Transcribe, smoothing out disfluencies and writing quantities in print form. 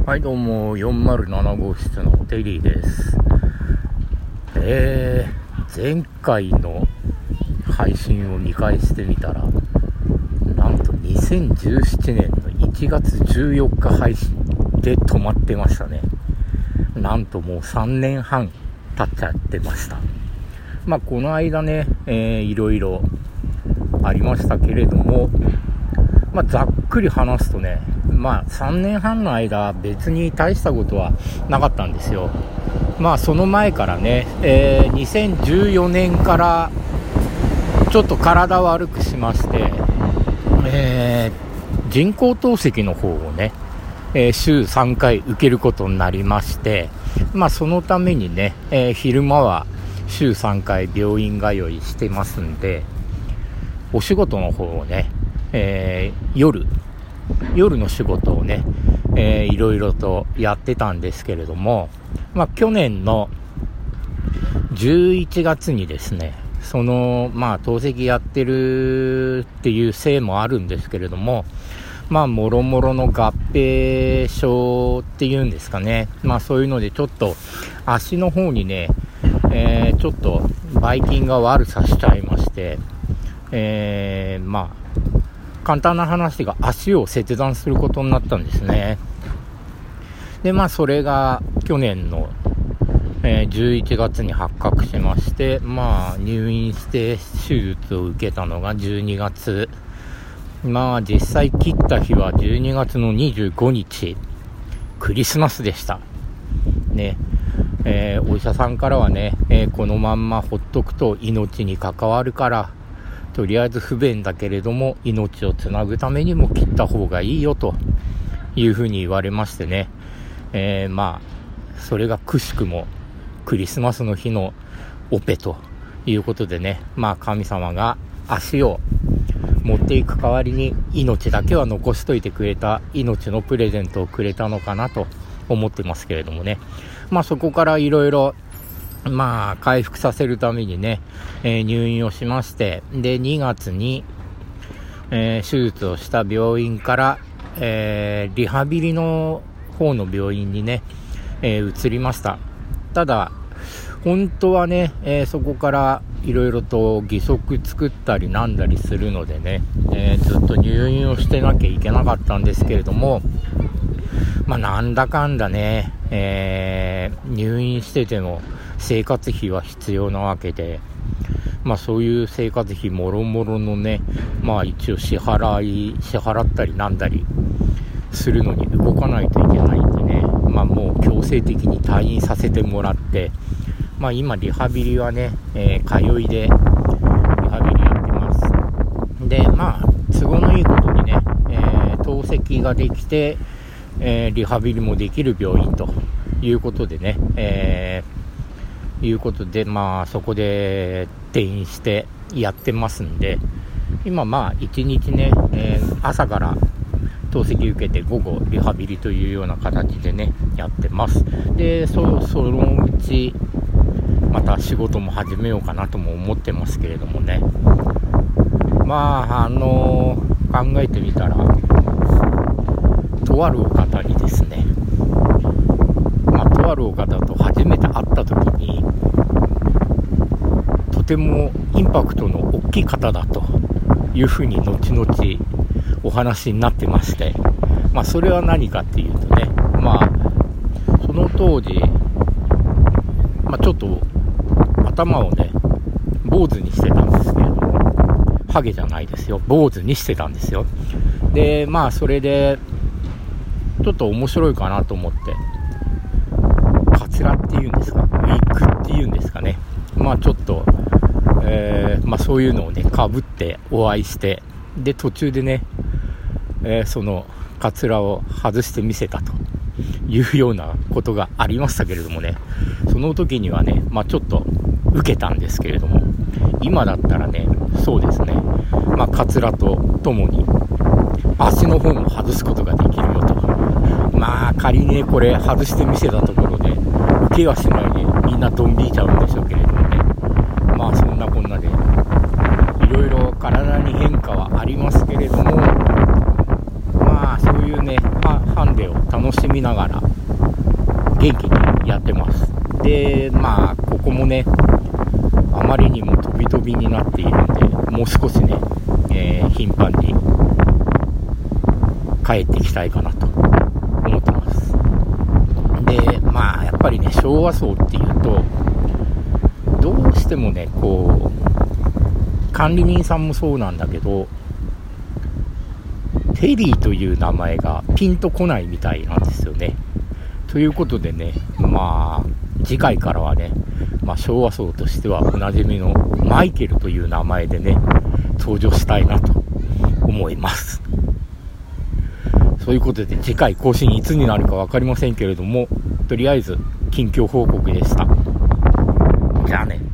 はいどうも、407号室のテリーです。前回の配信を見返してみたら、なんと2017年の1月14日配信で止まってましたね。なんともう3年半経っちゃってました。この間ね、いろいろありましたけれども、ざっくり話すとね、3年半の間別に大したことはなかったんですよ。その前からね、2014年からちょっと体を悪くしまして、人工透析の方をね、週3回受けることになりまして、そのためにね、昼間は週3回病院通いしてますんで、お仕事の方をね、夜の仕事をね、いろいろとやってたんですけれども、去年の11月にですね、その透析やってるっていうせいもあるんですけれども、もろもろの合併症っていうんですかね、そういうのでちょっと足の方にね、ちょっとばい菌が悪さしちゃいまして、簡単な話が足を切断することになったんですね。でそれが去年の、11月に発覚しまして、入院して手術を受けたのが12月、実際切った日は12月の25日クリスマスでしたね。お医者さんからはね、このまんまほっとくと命に関わるからとりあえず不便だけれども命をつなぐためにも切った方がいいよというふうに言われましてね、それがくしくもクリスマスの日のオペということでね、神様が足を持っていく代わりに命だけは残しといてくれた、命のプレゼントをくれたのかなと思ってますけれどもね。そこからいろいろ回復させるためにね、入院をしまして、で2月に、手術をした病院から、リハビリの方の病院にね、移りました。ただ本当はね、そこからいろいろと義足作ったりなんだりするのでね、ずっと入院をしてなきゃいけなかったんですけれども、なんだかんだね、入院してても生活費は必要なわけで、そういう生活費もろもろのね、一応支払ったりなんだりするのに動かないといけないんでね、もう強制的に退院させてもらって、今リハビリはね、通いでリハビリやってます。で都合のいいことにね、透析ができて、リハビリもできる病院ということでね、そこで転院してやってますんで、今1日ね、朝から透析受けて午後リハビリというような形でねやってます。でそのうちまた仕事も始めようかなとも思ってますけれどもね、考えてみたらとあるお方にですね、とあるお方と初めて会った時にとてもインパクトの大きい方だというふうに後々お話になってまして、それは何かっていうとね、その当時、ちょっと頭をね坊主にしてたんですけれども、ハゲじゃないですよ、坊主にしてたんですよ。でそれでちょっと面白いかなと思って、カツラっていうんですか、ウィッグっていうんですかね、ちょっと、そういうのをねかぶってお会いして、で途中でね、そのカツラを外してみせたというようなことがありましたけれどもね、その時にはねちょっと受けたんですけれども、今だったらねそうですね、カツラとともに足の方も外すことができるよと、仮にねこれ外してみせたところで受けはしないでみんなドン引いちゃうんでしょうけれどもね、そんなこんなでいろいろ体に変化はありますけれども、 まあそういうねハンデを楽しみながら元気にやってます。でまあここもねあまりにも飛び飛びになっているんで、もう少しね、頻繁に帰ってきたいかなと思ってます。でまあやっぱりね昭和層っていうとどうしてもねこう管理人さんもそうなんだけどテリーという名前がピンとこないみたいなんですよね。ということでね、まあ次回からはね、昭和層としてはおなじみのマイケルという名前でね登場したいなと思います。そういうことで次回更新いつになるか分かりませんけれども、とりあえず近況報告でした。じゃあね。